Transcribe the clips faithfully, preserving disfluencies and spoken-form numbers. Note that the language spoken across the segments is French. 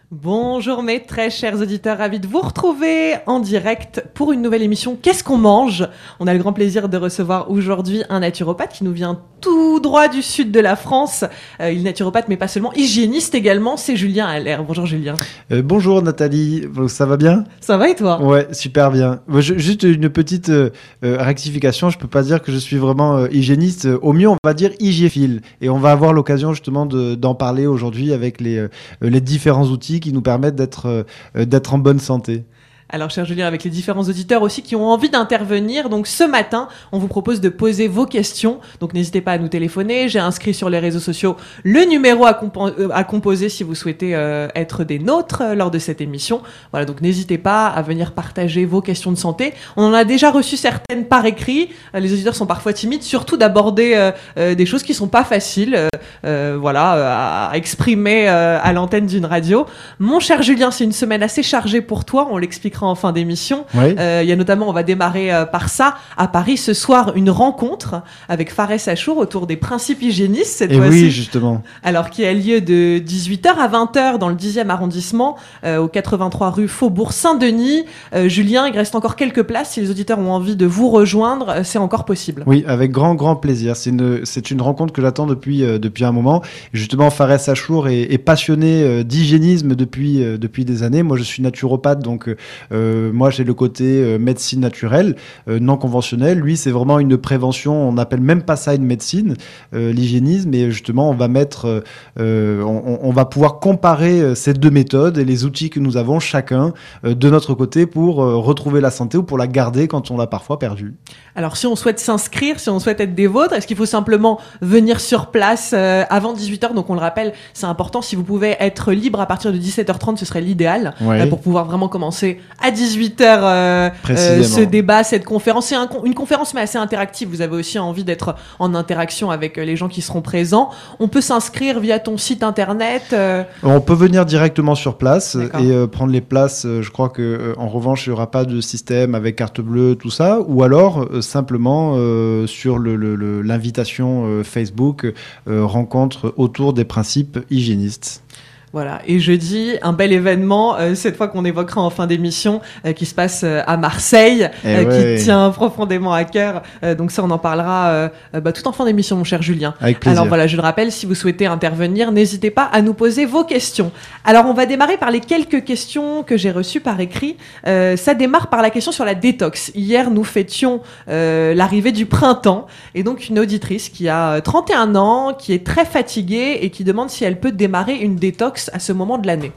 Bonjour mes très chers auditeurs, ravis de vous retrouver en direct pour une nouvelle émission Qu'est-ce qu'on mange ? On a le grand plaisir de recevoir aujourd'hui un naturopathe qui nous vient tout droit du sud de la France. Euh, il est naturopathe mais pas seulement, hygiéniste également, c'est Julien Allaire. Bonjour Julien. Euh, bonjour Nathalie, ça va bien ? Ça va et toi ? Ouais, super bien. Je, juste une petite euh, rectification, je peux pas dire que je suis vraiment euh, hygiéniste. Au mieux, on va dire hygiéphile. Et on va avoir l'occasion justement de, d'en parler aujourd'hui avec les, euh, les différents outils qui nous permettent d'être, euh, d'être en bonne santé. Alors, cher Julien, avec les différents auditeurs aussi qui ont envie d'intervenir, donc ce matin, on vous propose de poser vos questions. Donc, n'hésitez pas à nous téléphoner. J'ai inscrit sur les réseaux sociaux le numéro à, compo- euh, à composer si vous souhaitez euh, être des nôtres euh, lors de cette émission. Voilà, donc n'hésitez pas à venir partager vos questions de santé. On en a déjà reçu certaines par écrit. Euh, les auditeurs sont parfois timides, surtout d'aborder euh, euh, des choses qui sont pas faciles, euh, euh, voilà, euh, à exprimer euh, à l'antenne d'une radio. Mon cher Julien, c'est une semaine assez chargée pour toi. On l'expliquera en fin d'émission. Oui. Euh, il y a notamment, on va démarrer euh, par ça, à Paris ce soir, une rencontre avec Fares Achour autour des principes hygiénistes cette Et fois-ci. oui, justement. Alors, qui a lieu de dix-huit heures à vingt heures dans le dixième arrondissement, euh, au quatre-vingt-trois rue Faubourg Saint-Denis. Euh, Julien, il reste encore quelques places. Si les auditeurs ont envie de vous rejoindre, euh, c'est encore possible. Oui, avec grand, grand plaisir. C'est une, c'est une rencontre que j'attends depuis, euh, depuis un moment. Justement, Fares Achour est, est passionné euh, d'hygiénisme depuis, euh, depuis des années. Moi, je suis naturopathe, donc euh, moi, j'ai le côté euh, médecine naturelle, euh, non conventionnelle. Lui, c'est vraiment une prévention. On n'appelle même pas ça une médecine, euh, l'hygiénisme. Et justement, on va mettre, euh, on, on va pouvoir comparer ces deux méthodes et les outils que nous avons chacun euh, de notre côté pour euh, retrouver la santé ou pour la garder quand on l'a parfois perdue. Alors, si on souhaite s'inscrire, si on souhaite être des vôtres, est-ce qu'il faut simplement venir sur place euh, avant dix-huit heures ? Donc, on le rappelle, c'est important. Si vous pouvez être libre à partir de dix-sept heures trente, ce serait l'idéal Ouais. euh, pour pouvoir vraiment commencer à dix-huit heures euh, euh, ce débat, cette conférence. C'est un, une conférence, mais assez interactive. Vous avez aussi envie d'être en interaction avec les gens qui seront présents. On peut s'inscrire via ton site internet. Euh... On peut venir directement sur place. D'accord. Et euh, prendre les places. Euh, je crois que euh, en revanche, il n'y aura pas de système avec carte bleue, tout ça. Ou alors euh, simplement euh, sur le, le, le, l'invitation euh, Facebook euh, rencontre autour des principes hygiénistes. Voilà, et jeudi, un bel événement, euh, cette fois qu'on évoquera en fin d'émission, euh, qui se passe euh, à Marseille, euh, ouais. qui tient profondément à cœur. Euh, donc ça, on en parlera euh, bah, tout en fin d'émission, mon cher Julien. Avec plaisir. Alors voilà, je le rappelle, si vous souhaitez intervenir, n'hésitez pas à nous poser vos questions. Alors on va démarrer par les quelques questions que j'ai reçues par écrit. Euh, ça démarre par la question sur la détox. Hier, nous fêtions euh, l'arrivée du printemps, et donc une auditrice qui a trente et un ans, qui est très fatiguée et qui demande si elle peut démarrer une détox à ce moment de l'année.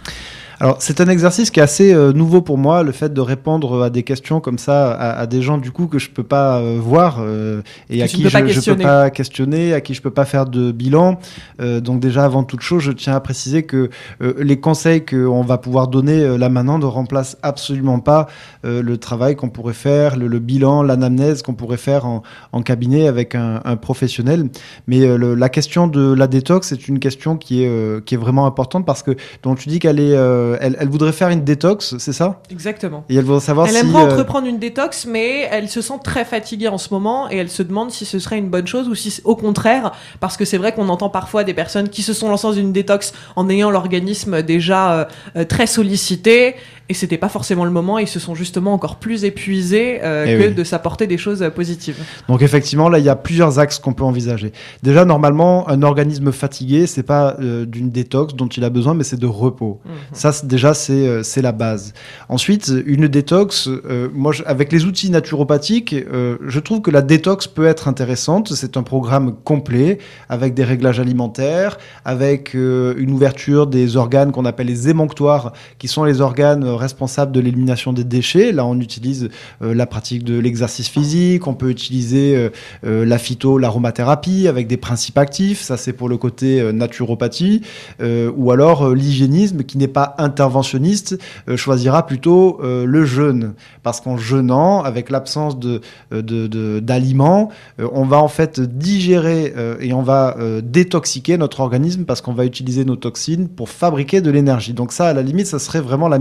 Alors, c'est un exercice qui est assez euh, nouveau pour moi, le fait de répondre à des questions comme ça à, à des gens du coup que je peux pas euh, voir euh, et que à qui je, je peux pas questionner, à qui je peux pas faire de bilan. Euh, donc déjà, avant toute chose, je tiens à préciser que euh, les conseils qu'on va pouvoir donner euh, là maintenant ne remplacent absolument pas euh, le travail qu'on pourrait faire, le, le bilan, l'anamnèse qu'on pourrait faire en, en cabinet avec un, un professionnel. Mais euh, le, la question de la détox, c'est une question qui est euh, qui est vraiment importante parce que donc tu dis qu'elle est euh, Elle, elle voudrait faire une détox, c'est ça ? Exactement. Et elle voudrait savoir elle si... Elle aimerait euh... entreprendre une détox, mais elle se sent très fatiguée en ce moment et elle se demande si ce serait une bonne chose ou si au contraire, parce que c'est vrai qu'on entend parfois des personnes qui se sont lancées dans une détox en ayant l'organisme déjà euh, très sollicité et c'était pas forcément le moment, ils se sont justement encore plus épuisés euh, que oui. de s'apporter des choses positives. Donc effectivement, là, il y a plusieurs axes qu'on peut envisager. Déjà, normalement, un organisme fatigué, c'est pas euh, d'une détox dont il a besoin, mais c'est de repos. Mmh. Ça, c'est, déjà, c'est, euh, c'est la base. Ensuite, une détox, euh, moi, je, avec les outils naturopathiques, euh, je trouve que la détox peut être intéressante. C'est un programme complet, avec des réglages alimentaires, avec euh, une ouverture des organes qu'on appelle les émonctoires, qui sont les organes responsable de l'élimination des déchets. Là, on utilise euh, la pratique de l'exercice physique, on peut utiliser euh, euh, la phyto, l'aromathérapie avec des principes actifs, ça c'est pour le côté euh, naturopathie, euh, ou alors euh, l'hygiénisme qui n'est pas interventionniste euh, choisira plutôt euh, le jeûne, parce qu'en jeûnant, avec l'absence de, de, de, d'aliments, euh, on va en fait digérer euh, et on va euh, détoxiquer notre organisme parce qu'on va utiliser nos toxines pour fabriquer de l'énergie. Donc ça, à la limite, ça serait vraiment la méthode qui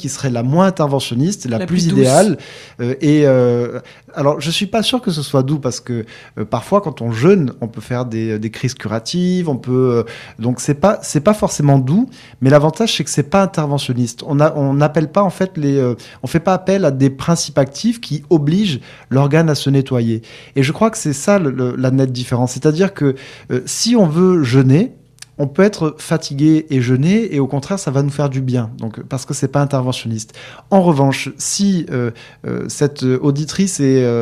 qui serait la moins interventionniste, la, la plus, plus idéale. Euh, et euh, alors, je suis pas sûr que ce soit doux parce que euh, parfois, quand on jeûne, on peut faire des, des crises curatives, on peut. Euh, donc, c'est pas c'est pas forcément doux, mais l'avantage c'est que c'est pas interventionniste. On a on n'appelle pas en fait les, euh, on fait pas appel à des principes actifs qui obligent l'organe à se nettoyer. Et je crois que c'est ça le, le, la nette différence. C'est-à-dire que euh, si on veut jeûner, on peut être fatigué et jeûner, et au contraire, ça va nous faire du bien, donc, parce que c'est pas interventionniste. En revanche, si euh, euh, cette auditrice est, euh,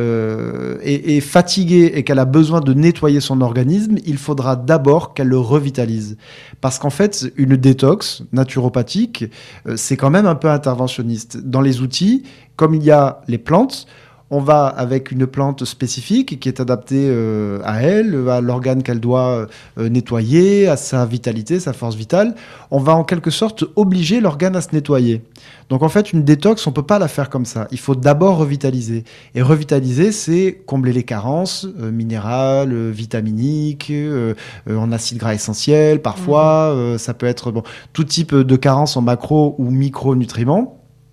euh, est, est fatiguée et qu'elle a besoin de nettoyer son organisme, il faudra d'abord qu'elle le revitalise. Parce qu'en fait, une détox naturopathique, euh, c'est quand même un peu interventionniste. Dans les outils, comme il y a les plantes, on va avec une plante spécifique qui est adaptée euh, à elle, à l'organe qu'elle doit euh, nettoyer, à sa vitalité, sa force vitale. On va en quelque sorte obliger l'organe à se nettoyer. Donc en fait, une détox, on ne peut pas la faire comme ça. Il faut d'abord revitaliser. Et revitaliser, c'est combler les carences euh, minérales, euh, vitaminiques, euh, euh, en acides gras essentiels. Parfois, mmh. euh, ça peut être bon, tout type de carences en macro ou micronutriments.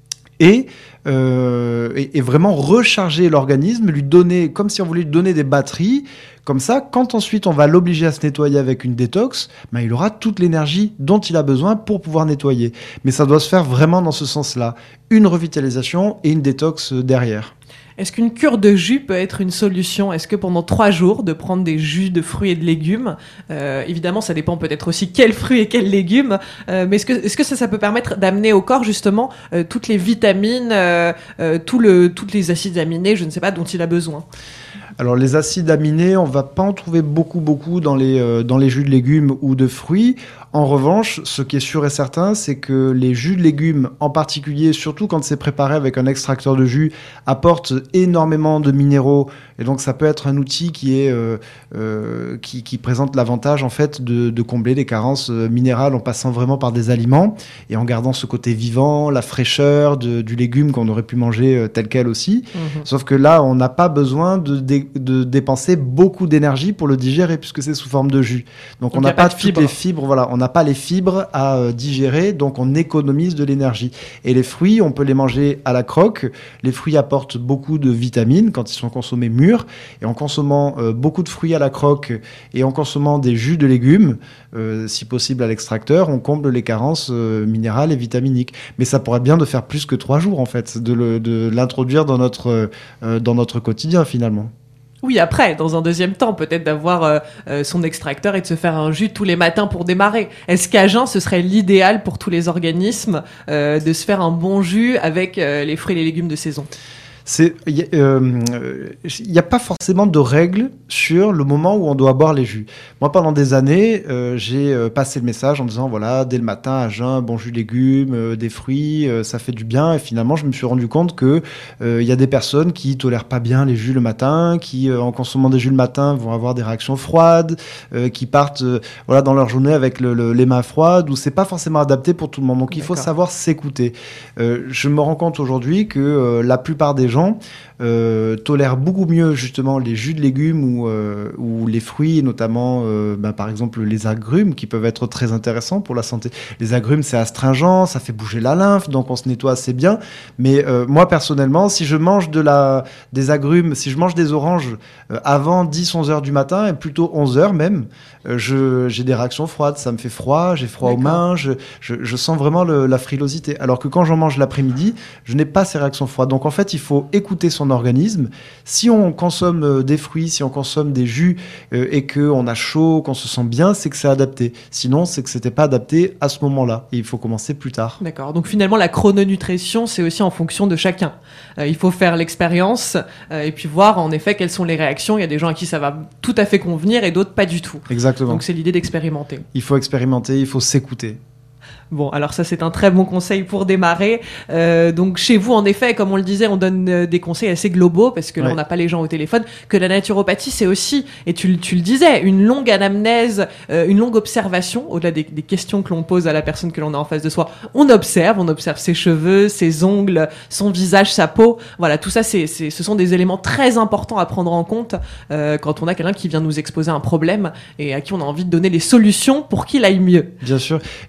Et, euh, et, et vraiment recharger l'organisme, lui donner, comme si on voulait lui donner des batteries. Comme ça, quand ensuite on va l'obliger à se nettoyer avec une détox, ben, il aura toute l'énergie dont il a besoin pour pouvoir nettoyer. Mais ça doit se faire vraiment dans ce sens-là. Une revitalisation et une détox derrière. Est-ce qu'une cure de jus peut être une solution ? Est-ce que pendant trois jours, de prendre des jus de fruits et de légumes, euh, évidemment, ça dépend peut-être aussi quels fruits et quels légumes, euh, mais est-ce que, est-ce que ça, ça peut permettre d'amener au corps justement euh, toutes les vitamines, euh, euh, tout le, toutes les acides aminés, je ne sais pas, dont il a besoin ? Alors les acides aminés, on va pas en trouver beaucoup beaucoup dans les euh, dans les jus de légumes ou de fruits. En revanche, ce qui est sûr et certain, c'est que les jus de légumes, en particulier, surtout quand c'est préparé avec un extracteur de jus, apportent énormément de minéraux. Et donc ça peut être un outil qui est euh, euh, qui, qui présente l'avantage en fait de, de combler les carences minérales en passant vraiment par des aliments et en gardant ce côté vivant, la fraîcheur de, du légume qu'on aurait pu manger euh, tel quel aussi. Mmh. Sauf que là, on n'a pas besoin de, de de dépenser beaucoup d'énergie pour le digérer puisque c'est sous forme de jus. Donc, donc on n'a pas, pas toutes les fibres, voilà, on n'a pas les fibres à euh, digérer, donc on économise de l'énergie. Et les fruits, on peut les manger à la croque. Les fruits apportent beaucoup de vitamines quand ils sont consommés mûrs. Et en consommant euh, beaucoup de fruits à la croque et en consommant des jus de légumes, euh, si possible à l'extracteur, on comble les carences euh, minérales et vitaminiques. Mais ça pourrait être bien de faire plus que trois jours en fait, de, le, de l'introduire dans notre, euh, dans notre quotidien finalement. Oui, après, dans un deuxième temps, peut-être d'avoir euh, euh, son extracteur et de se faire un jus tous les matins pour démarrer. Est-ce qu'à jeun, ce serait l'idéal pour tous les organismes euh, de se faire un bon jus avec euh, les fruits et les légumes de saison ? C'est, il n'y euh, a pas forcément de règles sur le moment où on doit boire les jus. Moi, pendant des années, euh, j'ai euh, passé le message en disant, voilà, dès le matin, à jeun, bon jus de légumes, euh, des fruits, euh, ça fait du bien. Et finalement, je me suis rendu compte que euh, y a des personnes qui tolèrent pas bien les jus le matin, qui, euh, en consommant des jus le matin, vont avoir des réactions froides, euh, qui partent euh, voilà, dans leur journée avec le, le, les mains froides, où c'est pas forcément adapté pour tout le monde. Donc, il D'accord. faut savoir s'écouter. Euh, je me rends compte aujourd'hui que euh, la plupart des gens Euh, tolèrent beaucoup mieux justement les jus de légumes ou, euh, ou les fruits, notamment euh, bah, par exemple les agrumes qui peuvent être très intéressants pour la santé. Les agrumes, c'est astringent, ça fait bouger la lymphe, donc on se nettoie assez bien. Mais euh, moi personnellement, si je mange de la, des agrumes, si je mange des oranges euh, avant dix à onze heures du matin, et plutôt onze heures même, euh, je, j'ai des réactions froides, ça me fait froid, j'ai froid D'accord. aux mains, je, je, je sens vraiment le, la frilosité. Alors que quand j'en mange l'après-midi, je n'ai pas ces réactions froides. Donc en fait, il faut écouter son organisme. Si on consomme euh, des fruits, si on consomme des jus euh, et qu'on a chaud, qu'on se sent bien, c'est que c'est adapté. Sinon, c'est que c'était pas adapté à ce moment-là. Et il faut commencer plus tard. D'accord. Donc finalement, la chrononutrition, c'est aussi en fonction de chacun. Euh, il faut faire l'expérience euh, et puis voir en effet quelles sont les réactions. Il y a des gens à qui ça va tout à fait convenir et d'autres pas du tout. Exactement. Donc c'est l'idée d'expérimenter. Il faut expérimenter, il faut s'écouter. Bon, alors ça, c'est un très bon conseil pour démarrer. Euh, donc, chez vous, en effet, comme on le disait, on donne euh, des conseils assez globaux parce que là, ouais. on n'a pas les gens au téléphone. Que la naturopathie, c'est aussi, et tu, tu le disais, une longue anamnèse, euh, une longue observation, au-delà des, des questions que l'on pose à la personne que l'on a en face de soi. On observe, on observe ses cheveux, ses ongles, son visage, sa peau. Voilà, tout ça, c'est, c'est, ce sont des éléments très importants à prendre en compte euh, quand on a quelqu'un qui vient nous exposer un problème et à qui on a envie de donner les solutions pour qu'il aille mieux. Bien sûr. Et là, du coup,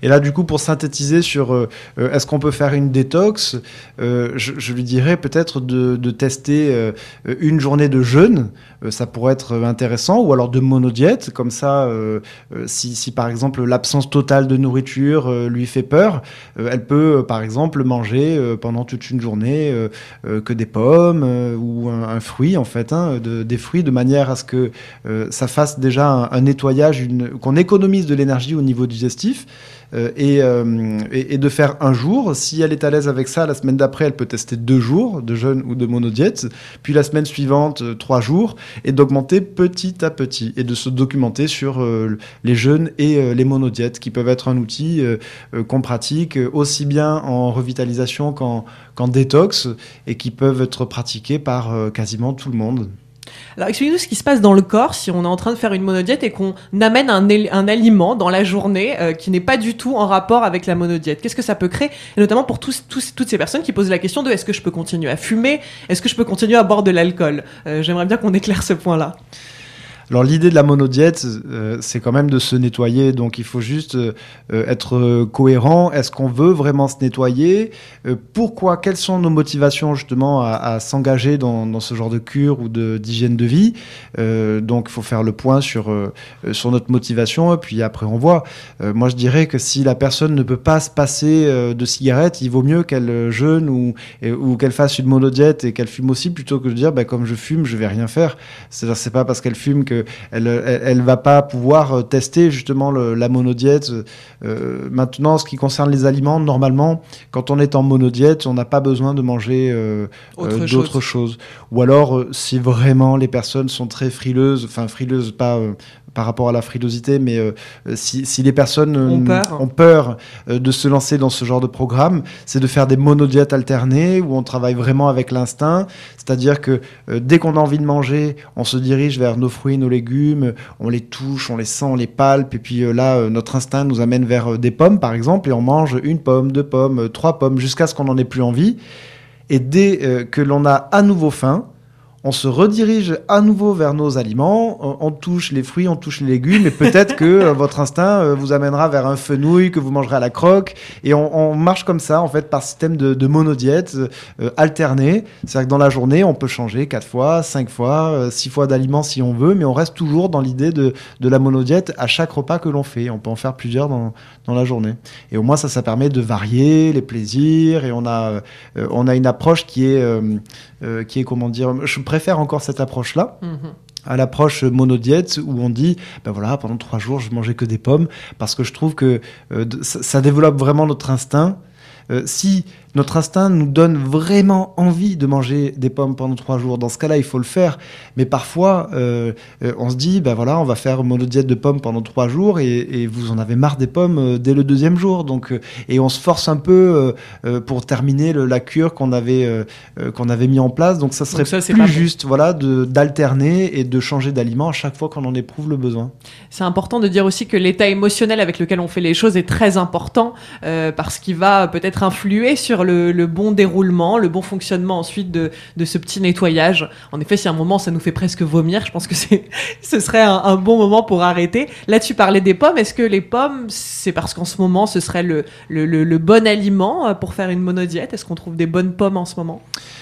pour synthétiser sur euh, est-ce qu'on peut faire une détox, euh, je, je lui dirais peut-être de, de tester euh, une journée de jeûne, euh, ça pourrait être intéressant, ou alors de monodiète, comme ça, euh, euh, si, si par exemple l'absence totale de nourriture euh, lui fait peur, euh, elle peut euh, par exemple manger euh, pendant toute une journée euh, euh, que des pommes euh, ou un, un fruit en fait, hein, de, des fruits, de manière à ce que euh, ça fasse déjà un, un nettoyage, une, qu'on économise de l'énergie au niveau digestif. Euh, et, euh, et, et de faire un jour. Si elle est à l'aise avec ça, la semaine d'après, elle peut tester deux jours de jeûne ou de monodiète, puis la semaine suivante, euh, trois jours, et d'augmenter petit à petit, et de se documenter sur euh, les jeûnes et euh, les monodiètes, qui peuvent être un outil euh, euh, qu'on pratique euh, aussi bien en revitalisation qu'en, qu'en détox, et qui peuvent être pratiqués par euh, quasiment tout le monde. Alors explique-nous ce qui se passe dans le corps si on est en train de faire une monodiète et qu'on amène un, un aliment dans la journée euh, qui n'est pas du tout en rapport avec la monodiète. Qu'est-ce que ça peut créer? Et notamment pour tous, tous, toutes ces personnes qui posent la question de est-ce que je peux continuer à fumer? Est-ce que je peux continuer à boire de l'alcool? euh, J'aimerais bien qu'on éclaire ce point-là. Alors l'idée de la monodiète, euh, c'est quand même de se nettoyer, donc il faut juste euh, être euh, cohérent. Est-ce qu'on veut vraiment se nettoyer? euh, Pourquoi? Quelles sont nos motivations justement à, à s'engager dans, dans ce genre de cure ou de, d'hygiène de vie? euh, Donc il faut faire le point sur, euh, sur notre motivation, et puis après on voit. Euh, moi je dirais que si la personne ne peut pas se passer euh, de cigarettes, il vaut mieux qu'elle jeûne ou, et, ou qu'elle fasse une monodiète et qu'elle fume aussi, plutôt que de dire bah, comme je fume, je vais rien faire. C'est-à-dire c'est pas parce qu'elle fume que Elle, elle, elle va pas pouvoir tester justement le, la monodiète. Euh, maintenant, ce qui concerne les aliments, normalement, quand on est en monodiète, on n'a pas besoin de manger euh, euh, d'autres choses. Ou alors, euh, si vraiment les personnes sont très frileuses, enfin frileuses pas euh, par rapport à la frilosité, mais euh, si, si les personnes euh, ont peur, ont peur euh, de se lancer dans ce genre de programme, c'est de faire des monodiètes alternées où on travaille vraiment avec l'instinct. C'est-à-dire que euh, dès qu'on a envie de manger, on se dirige vers nos fruits, nos légumes, on les touche, on les sent, on les palpe, et puis euh, là, euh, notre instinct nous amène vers euh, des pommes, par exemple, et on mange une pomme, deux pommes, euh, trois pommes, jusqu'à ce qu'on n'en ait plus envie. Et dès euh, que l'on a à nouveau faim, on se redirige à nouveau vers nos aliments, on, on touche les fruits, on touche les légumes, et peut-être que euh, votre instinct euh, vous amènera vers un fenouil que vous mangerez à la croque, et on, on marche comme ça, en fait, par système de, de monodiète euh, alterné. C'est-à-dire que dans la journée, on peut changer quatre fois, cinq fois, euh, six fois d'aliments si on veut, mais on reste toujours dans l'idée de, de la monodiète à chaque repas que l'on fait. On peut en faire plusieurs dans, dans la journée. Et au moins, ça, ça permet de varier les plaisirs, et on a, euh, on a une approche qui est, euh, euh, qui est, comment dire, je préfère encore cette approche-là. Mmh. À l'approche monodiète où on dit ben voilà, pendant trois jours je mangeais que des pommes, parce que je trouve que euh, ça, ça développe vraiment notre instinct. Euh, si notre instinct nous donne vraiment envie de manger des pommes pendant trois jours, dans ce cas-là, il faut le faire. Mais parfois, euh, euh, on se dit, ben voilà, on va faire monodiète de pommes pendant trois jours, et, et vous en avez marre des pommes euh, dès le deuxième jour. Donc, euh, et on se force un peu euh, euh, pour terminer le, la cure qu'on avait, euh, euh, qu'on avait mis en place. Donc, ça serait Donc ça, plus bon. juste, voilà, de, d'alterner et de changer d'aliment à chaque fois qu'on en éprouve le besoin. C'est important de dire aussi que l'état émotionnel avec lequel on fait les choses est très important, euh, parce qu'il va peut-être influer sur Le, le bon déroulement, le bon fonctionnement ensuite de, de ce petit nettoyage. En effet, si à un moment ça nous fait presque vomir, je pense que c'est, ce serait un, un bon moment pour arrêter. Là, tu parlais des pommes. Est-ce que les pommes, c'est parce qu'en ce moment, ce serait le, le, le, le bon aliment pour faire une monodiète? Est-ce qu'on trouve des bonnes pommes en ce moment?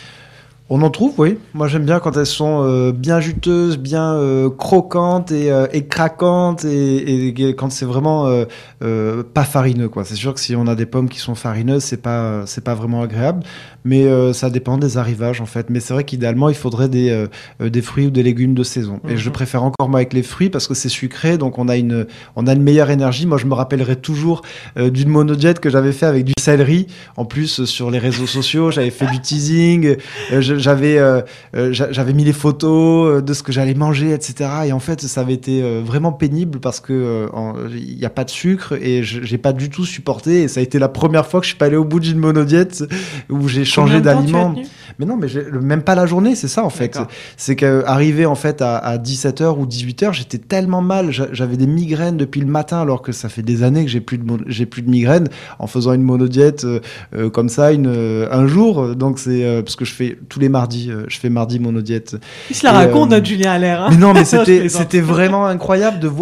On en trouve, oui. Moi, j'aime bien quand elles sont euh, bien juteuses, bien euh, croquantes et, euh, et craquantes, et, et, et quand c'est vraiment euh, euh, pas farineux, quoi. C'est sûr que si on a des pommes qui sont farineuses, c'est pas c'est pas vraiment agréable. Mais euh, ça dépend des arrivages, en fait. Mais c'est vrai qu'idéalement, il faudrait des euh, des fruits ou des légumes de saison. Mmh. Et je préfère encore moi avec les fruits parce que c'est sucré, donc on a une on a une meilleure énergie. Moi, je me rappellerai toujours euh, d'une monodiète que j'avais fait avec du céleri. En plus, euh, sur les réseaux sociaux, j'avais fait du teasing. Euh, je, J'avais, euh, j'avais mis les photos de ce que j'allais manger, et cetera. Et en fait, ça avait été vraiment pénible parce que il n'y a pas de sucre et j'ai pas du tout supporté. Et ça a été la première fois que je suis pas allé au bout d'une monodiète où j'ai changé d'aliment. Mais non, mais j'ai, même pas la journée, c'est ça en fait. D'accord. C'est qu'arrivé en fait à, à dix-sept heures ou dix-huit heures, j'étais tellement mal, j'avais des migraines depuis le matin, alors que ça fait des années que j'ai plus de, j'ai plus de migraines en faisant une monodiète euh, comme ça une, un jour. Donc c'est euh, parce que je fais tous les mardi, euh, je fais mardi monodiète. Il se la et, raconte, euh, notre Julien Allaire. Hein. Mais non, mais c'était, c'était vraiment incroyable de voir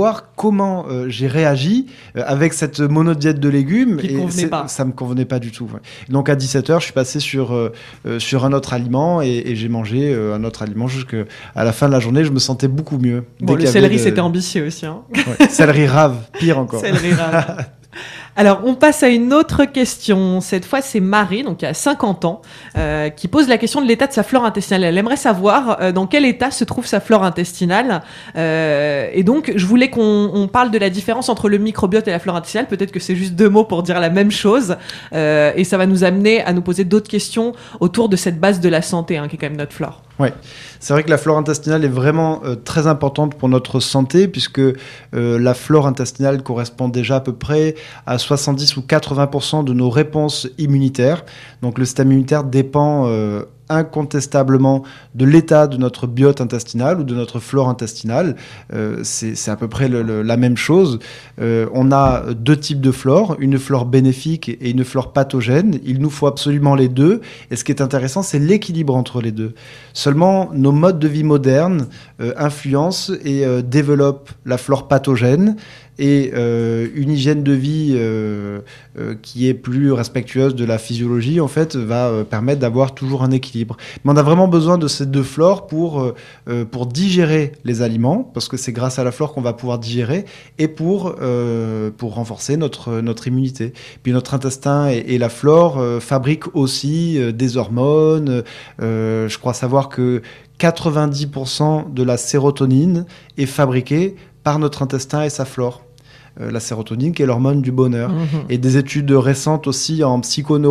comment euh, j'ai réagi euh, avec cette monodiète de légumes. Qui et convenait pas. Ça me convenait pas du tout. Ouais. Donc à dix-sept heures, je suis passé sur, euh, euh, sur un autre aliment et, et j'ai mangé euh, un autre aliment jusqu'à la fin de la journée. Je me sentais beaucoup mieux. Bon, le céleri, de... c'était ambitieux aussi. Hein. Ouais. Céleri rave, pire encore. Céleri rave. Alors, on passe à une autre question. Cette fois, c'est Marie, donc qui a cinquante ans, euh, qui pose la question de l'état de sa flore intestinale. Elle aimerait savoir euh, dans quel état se trouve sa flore intestinale. Euh, et donc, je voulais qu'on on parle de la différence entre le microbiote et la flore intestinale. Peut-être que c'est juste deux mots pour dire la même chose. Euh, et ça va nous amener à nous poser d'autres questions autour de cette base de la santé, hein, qui est quand même notre flore. Oui, c'est vrai que la flore intestinale est vraiment euh, très importante pour notre santé, puisque euh, la flore intestinale correspond déjà à peu près à soixante-dix ou quatre-vingts pour cent de nos réponses immunitaires. Donc le système immunitaire dépend euh, incontestablement de l'état de notre biote intestinal ou de notre flore intestinale. Euh, c'est, c'est à peu près le, le, la même chose. Euh, on a deux types de flore, une flore bénéfique et une flore pathogène. Il nous faut absolument les deux. Et ce qui est intéressant, c'est l'équilibre entre les deux. Seulement, nos modes de vie modernes euh, influencent et euh, développent la flore pathogène. Et euh, une hygiène de vie euh, euh, qui est plus respectueuse de la physiologie, en fait, va euh, permettre d'avoir toujours un équilibre. Mais on a vraiment besoin de ces deux flores pour, euh, pour digérer les aliments, parce que c'est grâce à la flore qu'on va pouvoir digérer, et pour, euh, pour renforcer notre, notre immunité. Puis notre intestin et, et la flore euh, fabriquent aussi euh, des hormones. Euh, je crois savoir que quatre-vingt-dix pour cent de la sérotonine est fabriquée par notre intestin et sa flore. Euh, la sérotonine qui est l'hormone du bonheur. Mmh. Et des études récentes aussi en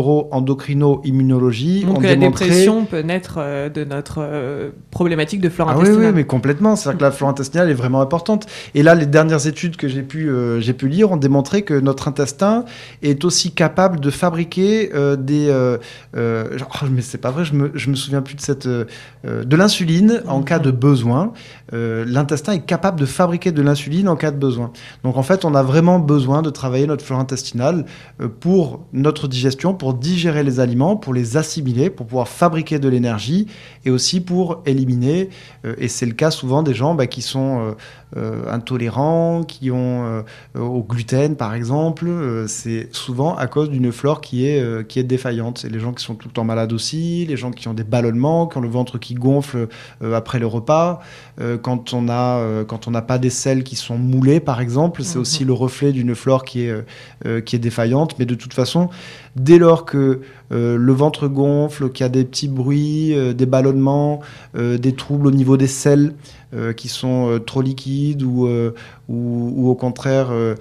psychoneuro-endocrino-immunologie Donc ont la démontré... dépression peut naître euh, de notre euh, problématique de flore ah intestinale. Oui, oui, mais complètement. C'est-à-dire que la flore intestinale est vraiment importante. Et là, les dernières études que j'ai pu, euh, j'ai pu lire ont démontré que notre intestin est aussi capable de fabriquer euh, des... Euh, euh, genre, mais c'est pas vrai, je me, je me souviens plus de cette... Euh, de l'insuline en mmh. cas de besoin. Euh, l'intestin est capable de fabriquer de l'insuline en cas de besoin. Donc en fait, on a vraiment besoin de travailler notre flore intestinale euh, pour notre digestion, pour digérer les aliments, pour les assimiler, pour pouvoir fabriquer de l'énergie et aussi pour éliminer. Euh, et c'est le cas souvent des gens bah, qui sont euh, euh, intolérants, qui ont euh, au gluten par exemple. Euh, c'est souvent à cause d'une flore qui est, euh, qui est défaillante. C'est les gens qui sont tout le temps malades aussi, les gens qui ont des ballonnements, qui ont le ventre qui gonfle euh, après le repas. Euh, quand on a, euh, quand on n'a pas des selles qui sont moulées par exemple, c'est mmh. aussi le reflet d'une flore qui est, euh, qui est défaillante. Mais de toute façon, dès lors que euh, le ventre gonfle, qu'il y a des petits bruits, euh, des ballonnements, euh, des troubles au niveau des selles euh, qui sont euh, trop liquides ou, euh, ou, ou au contraire euh,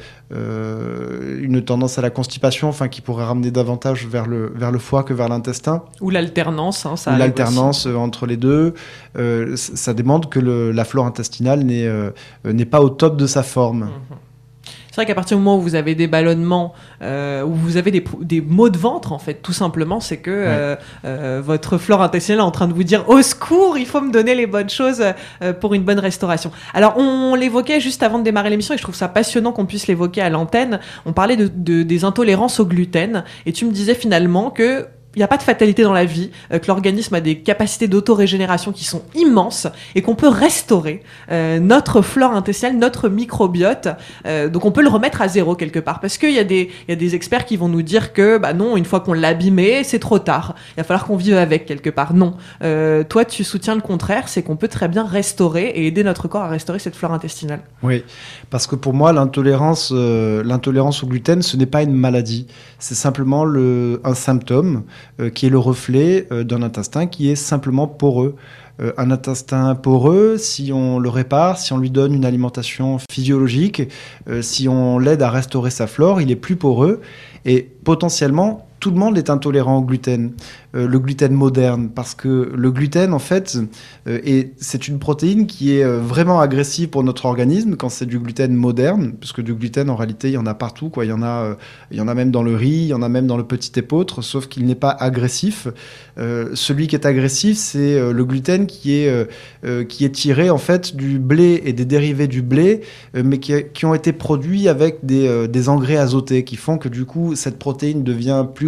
euh, une tendance à la constipation, enfin qui pourrait ramener davantage vers le, vers le foie que vers l'intestin. Ou l'alternance. Hein, ça ou l'alternance aussi. Entre les deux. Euh, ça démontre que le, la flore intestinale n'est, euh, n'est pas au top de sa forme. Mmh. C'est vrai qu'à partir du moment où vous avez des ballonnements, euh, où vous avez des, des maux de ventre, en fait, tout simplement, c'est que ouais. euh, euh, votre flore intestinale est en train de vous dire « Au secours, il faut me donner les bonnes choses euh, pour une bonne restauration ». Alors, on, on l'évoquait juste avant de démarrer l'émission et je trouve ça passionnant qu'on puisse l'évoquer à l'antenne. On parlait de, de, des intolérances au gluten et tu me disais finalement que il n'y a pas de fatalité dans la vie, euh, que l'organisme a des capacités d'autorégénération qui sont immenses et qu'on peut restaurer euh, notre flore intestinale, notre microbiote. Euh, donc on peut le remettre à zéro quelque part. Parce qu'il y a des, il y a des experts qui vont nous dire que bah non, une fois qu'on l'a abîmé, c'est trop tard. Il va falloir qu'on vive avec quelque part. Non. Euh, toi, tu soutiens le contraire, c'est qu'on peut très bien restaurer et aider notre corps à restaurer cette flore intestinale. Oui, parce que pour moi, l'intolérance, euh, l'intolérance au gluten, ce n'est pas une maladie. C'est simplement le, un symptôme. Euh, qui est le reflet euh, d'un intestin qui est simplement poreux. Euh, un intestin poreux, si on le répare, si on lui donne une alimentation physiologique, euh, si on l'aide à restaurer sa flore, il est plus poreux et potentiellement tout le monde est intolérant au gluten, euh, le gluten moderne, parce que le gluten, en fait, euh, est, c'est une protéine qui est euh, vraiment agressive pour notre organisme quand c'est du gluten moderne, parce que du gluten, en réalité, il y en a partout, quoi. Il y en a, euh, il y en a même dans le riz, il y en a même dans le petit épeautre, sauf qu'il n'est pas agressif. Euh, celui qui est agressif, c'est euh, le gluten qui est, euh, euh, qui est tiré, en fait, du blé et des dérivés du blé, euh, mais qui, qui ont été produits avec des, euh, des engrais azotés, qui font que, du coup, cette protéine devient plus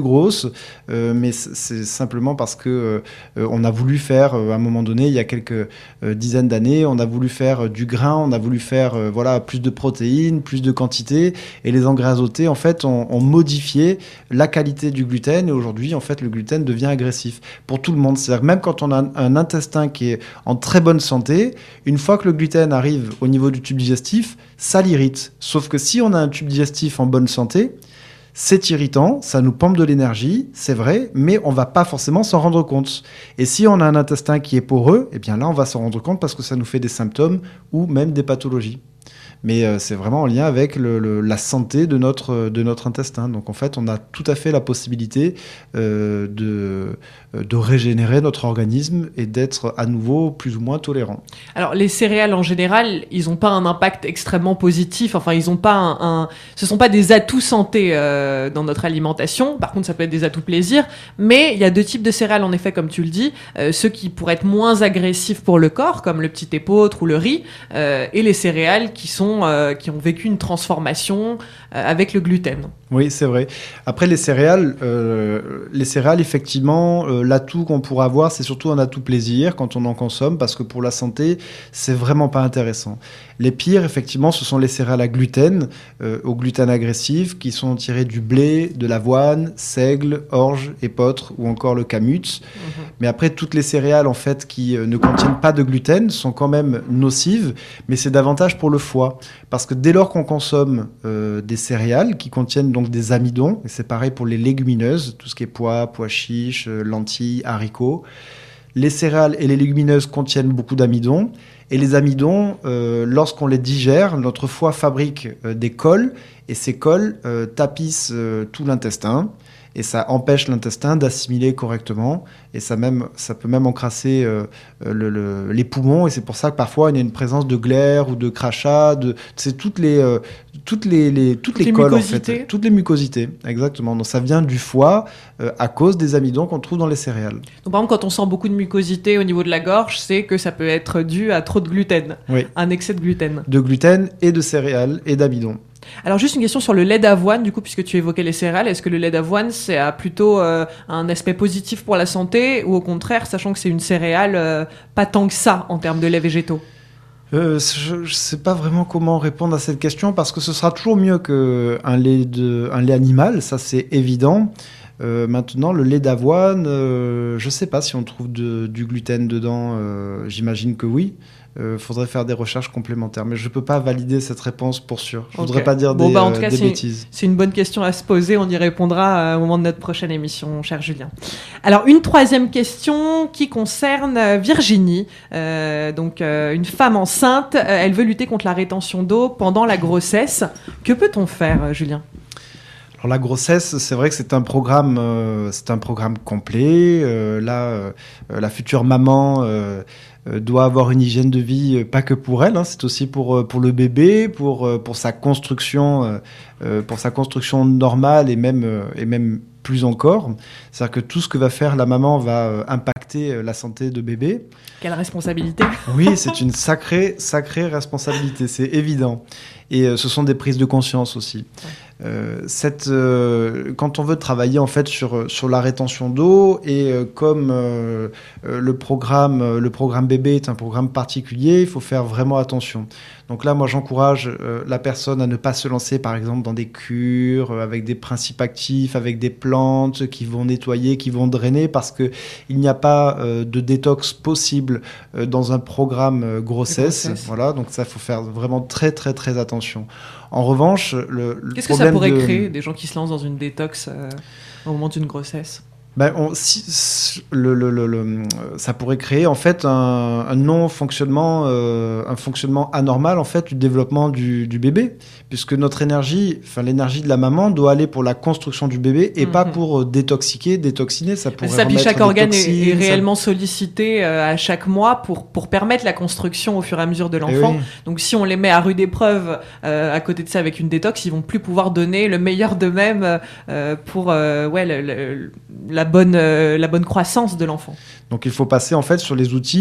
grosse, euh, mais c'est simplement parce que euh, on a voulu faire, euh, à un moment donné, il y a quelques euh, dizaines d'années, on a voulu faire euh, du grain, on a voulu faire euh, voilà, plus de protéines, plus de quantité, et les engrais azotés, en fait, ont, ont modifié la qualité du gluten, et aujourd'hui, en fait, le gluten devient agressif pour tout le monde. C'est-à-dire que même quand on a un, un intestin qui est en très bonne santé, une fois que le gluten arrive au niveau du tube digestif, ça l'irrite. Sauf que si on a un tube digestif en bonne santé, c'est irritant, ça nous pompe de l'énergie, c'est vrai, mais on va pas forcément s'en rendre compte. Et si on a un intestin qui est poreux, eh bien là, on va s'en rendre compte parce que ça nous fait des symptômes ou même des pathologies. Mais euh, c'est vraiment en lien avec le, le, la santé de notre, de notre intestin. Donc en fait, on a tout à fait la possibilité euh, de, de régénérer notre organisme et d'être à nouveau plus ou moins tolérant. Alors les céréales en général, ils n'ont pas un impact extrêmement positif. Enfin, ils ont pas un, un... ce sont pas des atouts santé euh, dans notre alimentation. Par contre, ça peut être des atouts plaisir. Mais il y a deux types de céréales, en effet, comme tu le dis. Euh, ceux qui pourraient être moins agressifs pour le corps, comme le petit épeautre ou le riz, euh, et les céréales qui sont Euh, qui ont vécu une transformation euh, avec le gluten. Oui, c'est vrai. Après, les céréales, euh, les céréales, effectivement, euh, l'atout qu'on pourra avoir, c'est surtout un atout plaisir quand on en consomme, parce que pour la santé, c'est vraiment pas intéressant. Les pires, effectivement, ce sont les céréales à gluten, euh, au gluten agressif, qui sont tirées du blé, de l'avoine, seigle, orge, épeautre ou encore le kamut. Mmh. Mais après, toutes les céréales, en fait, qui euh, ne contiennent pas de gluten sont quand même nocives, mais c'est davantage pour le foie. Parce que dès lors qu'on consomme euh, des céréales qui contiennent donc des amidons, et c'est pareil pour les légumineuses, tout ce qui est pois, pois chiches, euh, lentilles, haricots, les céréales et les légumineuses contiennent beaucoup d'amidons, et les amidons, euh, lorsqu'on les digère, notre foie fabrique euh, des cols, et ces cols euh, tapissent euh, tout l'intestin, et ça empêche l'intestin d'assimiler correctement, et ça, même, ça peut même encrasser euh, le, le, les poumons, et c'est pour ça que parfois il y a une présence de glaire ou de crachat, de, c'est toutes les, euh, toutes les, les, toutes, toutes les, les cols, en fait, toutes les mucosités, exactement. Donc ça vient du foie euh, à cause des amidons qu'on trouve dans les céréales. Donc par exemple, quand on sent beaucoup de mucosité au niveau de la gorge, c'est que ça peut être dû à trop de gluten, oui. Un excès de gluten. De gluten et de céréales et d'amidons. Alors juste une question sur le lait d'avoine, du coup, puisque tu évoquais les céréales, est-ce que le lait d'avoine, c'est a plutôt euh, un aspect positif pour la santé, ou au contraire, sachant que c'est une céréale, euh, pas tant que ça en termes de lait végétaux? Euh, je ne sais pas vraiment comment répondre à cette question, parce que ce sera toujours mieux qu'un lait, de, un lait animal, ça c'est évident. Euh, maintenant, le lait d'avoine, euh, je ne sais pas si on trouve de, du gluten dedans, euh, j'imagine que oui. Il euh, faudrait faire des recherches complémentaires, mais je ne peux pas valider cette réponse pour sûr. Je ne voudrais okay. pas dire bon, des, bah, en tout euh, cas, des c'est bêtises. Une, c'est une bonne question à se poser, on y répondra au moment de notre prochaine émission, cher Julien. Alors, une troisième question qui concerne Virginie, euh, donc euh, une femme enceinte, euh, elle veut lutter contre la rétention d'eau pendant la grossesse. Que peut-on faire, Julien ? Alors la grossesse, c'est vrai que c'est un programme, euh, c'est un programme complet. Euh, là, euh, la future maman euh, euh, doit avoir une hygiène de vie, euh, pas que pour elle, hein, c'est aussi pour euh, pour le bébé, pour euh, pour sa construction, euh, pour sa construction normale et même euh, et même plus encore. C'est-à-dire que tout ce que va faire la maman va euh, impacter euh, la santé de bébé. Quelle responsabilité ? Oui, c'est une sacrée sacrée responsabilité, c'est évident. Et euh, ce sont des prises de conscience aussi. Ouais. Euh, cette, euh, quand on veut travailler en fait sur, sur la rétention d'eau, et euh, comme euh, euh, le, programme, le programme bébé est un programme particulier, il faut faire vraiment attention. Donc là, moi, j'encourage euh, la personne à ne pas se lancer, par exemple, dans des cures euh, avec des principes actifs, avec des plantes qui vont nettoyer, qui vont drainer, parce qu'il n'y a pas euh, de détox possible euh, dans un programme euh, grossesse. grossesse. Voilà, donc ça, il faut faire vraiment très, très, très attention. En revanche, le, le Qu'est-ce que ça pourrait de... créer, des gens qui se lancent dans une détox euh, au moment d'une grossesse ? Ben, on, si, le, le, le, le, ça pourrait créer en fait un, un non-fonctionnement, euh, un fonctionnement anormal en fait du développement du, du bébé, puisque notre énergie, enfin l'énergie de la maman doit aller pour la construction du bébé et mm-hmm. pas pour détoxiquer, détoxiner. Ça pourrait ça, remettre chaque des organe toxines, est, est réellement ça... sollicité euh, à chaque mois pour pour permettre la construction au fur et à mesure de l'enfant. Oui. Donc si on les met à rude épreuve euh, à côté de ça avec une détox, ils vont plus pouvoir donner le meilleur d'eux-mêmes euh, pour euh, ouais le, le, la bonne, euh, la bonne croissance de l'enfant. Donc il faut passer en fait sur les outils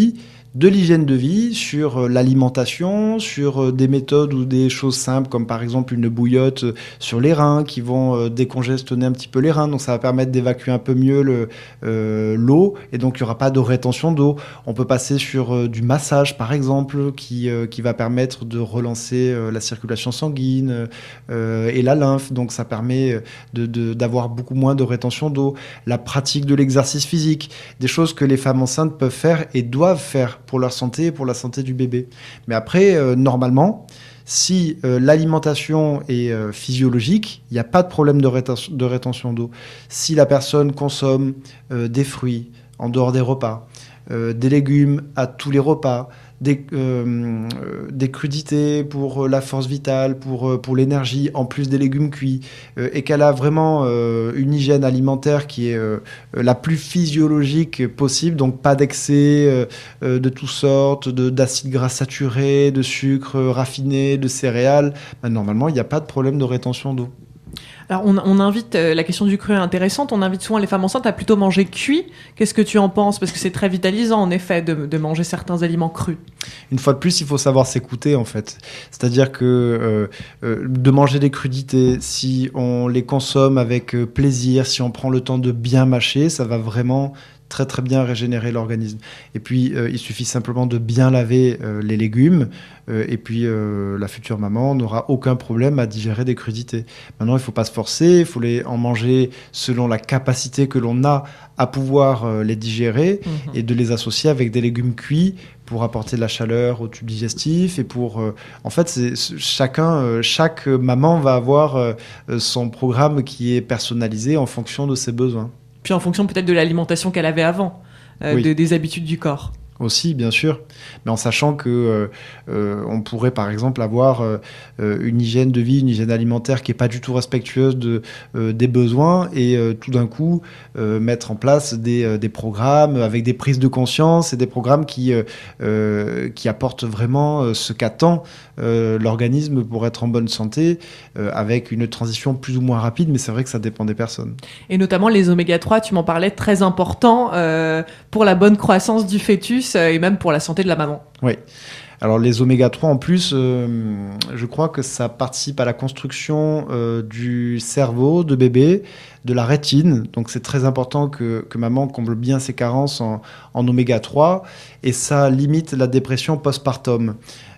de l'hygiène de vie, sur l'alimentation, sur des méthodes ou des choses simples comme par exemple une bouillotte sur les reins qui vont décongestionner un petit peu les reins, donc ça va permettre d'évacuer un peu mieux le, euh, l'eau et donc il n'y aura pas de rétention d'eau. On peut passer sur euh, du massage par exemple qui, euh, qui va permettre de relancer euh, la circulation sanguine euh, et la lymphe, donc ça permet de, de, d'avoir beaucoup moins de rétention d'eau. La pratique de l'exercice physique, des choses que les femmes enceintes peuvent faire et doivent faire pour leur santé et pour la santé du bébé. Mais après, euh, normalement, si euh, l'alimentation est euh, physiologique, il n'y a pas de problème de, réten- de rétention d'eau. Si la personne consomme euh, des fruits en dehors des repas, euh, des légumes à tous les repas, des, euh, des crudités pour la force vitale, pour, pour l'énergie, en plus des légumes cuits, euh, et qu'elle a vraiment euh, une hygiène alimentaire qui est euh, la plus physiologique possible, donc pas d'excès euh, de toutes sortes, de, d'acides gras saturés, de sucre raffiné, de céréales, ben, normalement il n'y a pas de problème de rétention d'eau. Alors on, on invite, euh, la question du cru est intéressante, on invite souvent les femmes enceintes à plutôt manger cuit. Qu'est-ce que tu en penses ? Parce que c'est très vitalisant en effet de, de manger certains aliments crus. Une fois de plus, il faut savoir s'écouter en fait. C'est-à-dire que euh, euh, de manger des crudités, si on les consomme avec euh, plaisir, si on prend le temps de bien mâcher, ça va vraiment très très bien régénérer l'organisme. Et puis euh, il suffit simplement de bien laver euh, les légumes euh, et puis euh, la future maman n'aura aucun problème à digérer des crudités. Maintenant il ne faut pas se forcer, il faut les en manger selon la capacité que l'on a à pouvoir euh, les digérer mmh. et de les associer avec des légumes cuits pour apporter de la chaleur au tube digestif et pour euh, en fait c'est, chacun euh, chaque maman va avoir euh, son programme qui est personnalisé en fonction de ses besoins. Puis en fonction peut-être de l'alimentation qu'elle avait avant, euh, oui. de, des habitudes du corps. Aussi, bien sûr, mais en sachant que euh, euh, on pourrait par exemple avoir euh, une hygiène de vie, une hygiène alimentaire qui n'est pas du tout respectueuse de, euh, des besoins et euh, tout d'un coup euh, mettre en place des, euh, des programmes avec des prises de conscience et des programmes qui, euh, euh, qui apportent vraiment euh, ce qu'attend euh, l'organisme pour être en bonne santé euh, avec une transition plus ou moins rapide, mais c'est vrai que ça dépend des personnes. Et notamment les oméga trois, tu m'en parlais, très important euh, pour la bonne croissance du fœtus et même pour la santé de la maman. Oui. Alors les oméga trois en plus, euh, je crois que ça participe à la construction euh, du cerveau de bébé, de la rétine. Donc c'est très important que, que maman comble bien ses carences en, en oméga trois et ça limite la dépression postpartum.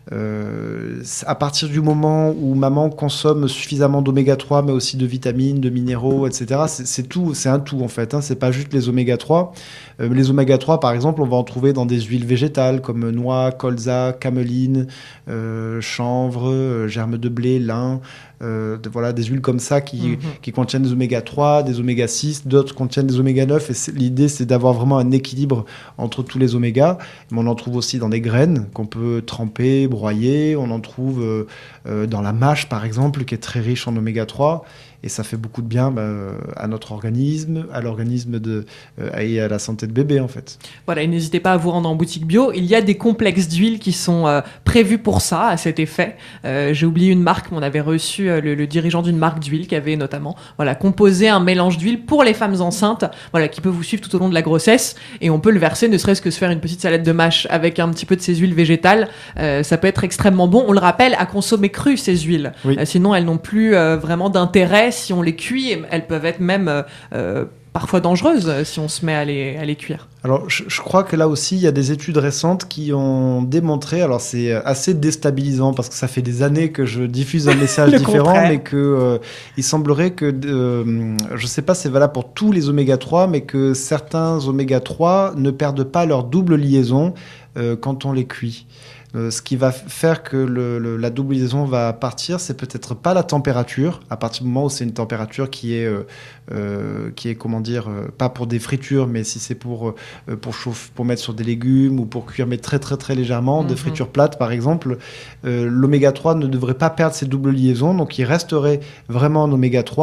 Euh, à partir du moment où maman consomme suffisamment d'oméga trois, mais aussi de vitamines, de minéraux, et cetera, c'est, c'est tout, c'est un tout en fait. Hein, c'est pas juste les oméga trois. Euh, les oméga trois, par exemple, on va en trouver dans des huiles végétales comme noix, colza, cameline, euh, chanvre, euh, germe de blé, lin. Euh, de, voilà, des huiles comme ça qui, mmh. qui contiennent des oméga trois, des oméga six, d'autres contiennent des oméga neuf. Et c'est, l'idée, c'est d'avoir vraiment un équilibre entre tous les oméga. Mais on en trouve aussi dans des graines qu'on peut tremper, broyer. On en trouve euh, euh, dans la mâche, par exemple, qui est très riche en oméga trois. Et ça fait beaucoup de bien bah, à notre organisme, à l'organisme de, euh, et à la santé de bébé, en fait. Voilà, et n'hésitez pas à vous rendre en boutique bio. Il y a des complexes d'huile qui sont euh, prévus pour ça, à cet effet. Euh, j'ai oublié une marque, mais on avait reçu euh, le, le dirigeant d'une marque d'huile qui avait notamment voilà, composé un mélange d'huile pour les femmes enceintes, voilà, qui peut vous suivre tout au long de la grossesse. Et on peut le verser, ne serait-ce que se faire une petite salade de mâche avec un petit peu de ces huiles végétales. Euh, ça peut être extrêmement bon. On le rappelle, à consommer cru, ces huiles. Oui. Euh, sinon, elles n'ont plus euh, vraiment d'intérêt. Si on les cuit, elles peuvent être même euh, parfois dangereuses si on se met à les, à les cuire. Alors, je, je crois que là aussi, il y a des études récentes qui ont démontré, alors c'est assez déstabilisant parce que ça fait des années que je diffuse un message différent, contraire. mais que euh, il semblerait que, euh, je ne sais pas si c'est valable pour tous les oméga trois, mais que certains oméga trois ne perdent pas leur double liaison euh, quand on les cuit. Euh, ce qui va faire que le, le, la double liaison va partir, c'est peut-être pas la température, à partir du moment où c'est une température qui est, euh, euh, qui est comment dire, euh, pas pour des fritures, mais si c'est pour, euh, pour, chauffe, pour mettre sur des légumes ou pour cuire, mais très très très légèrement, mm-hmm. des fritures plates par exemple, euh, l'oméga trois ne devrait pas perdre ses doubles liaisons, donc il resterait vraiment en oméga trois.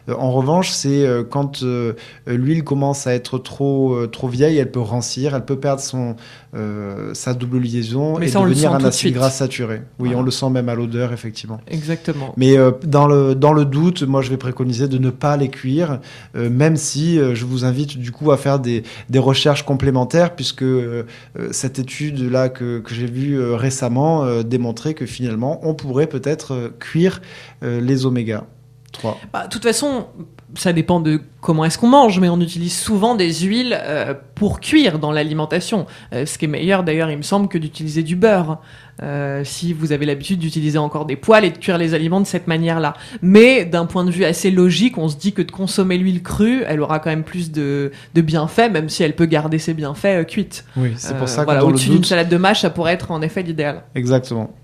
Euh, en revanche, c'est euh, quand euh, l'huile commence à être trop, euh, trop vieille, elle peut rancir, elle peut perdre son, euh, sa double liaison Mais et ça, on le devenir sent un tout de acide suite. gras saturé. Oui, Voilà. on le sent même à l'odeur, effectivement. Exactement. Mais euh, dans, le, dans le doute, moi je vais préconiser de ne pas les cuire, euh, même si euh, je vous invite du coup à faire des, des recherches complémentaires, puisque euh, euh, cette étude-là que, que j'ai vue euh, récemment euh, démontrait que finalement on pourrait peut-être euh, cuire euh, les oméga trois. Bah, de toute façon, ça dépend de comment est-ce qu'on mange, mais on utilise souvent des huiles euh, pour cuire dans l'alimentation. Euh, ce qui est meilleur d'ailleurs, il me semble, que d'utiliser du beurre. Euh, si vous avez l'habitude d'utiliser encore des poêles et de cuire les aliments de cette manière-là. Mais d'un point de vue assez logique, on se dit que de consommer l'huile crue, elle aura quand même plus de, de bienfaits, même si elle peut garder ses bienfaits euh, cuite. Oui, c'est pour Euh, ça que voilà, dans le au-dessus d'une doute... salade de mâche, ça pourrait être en effet l'idéal. Exactement.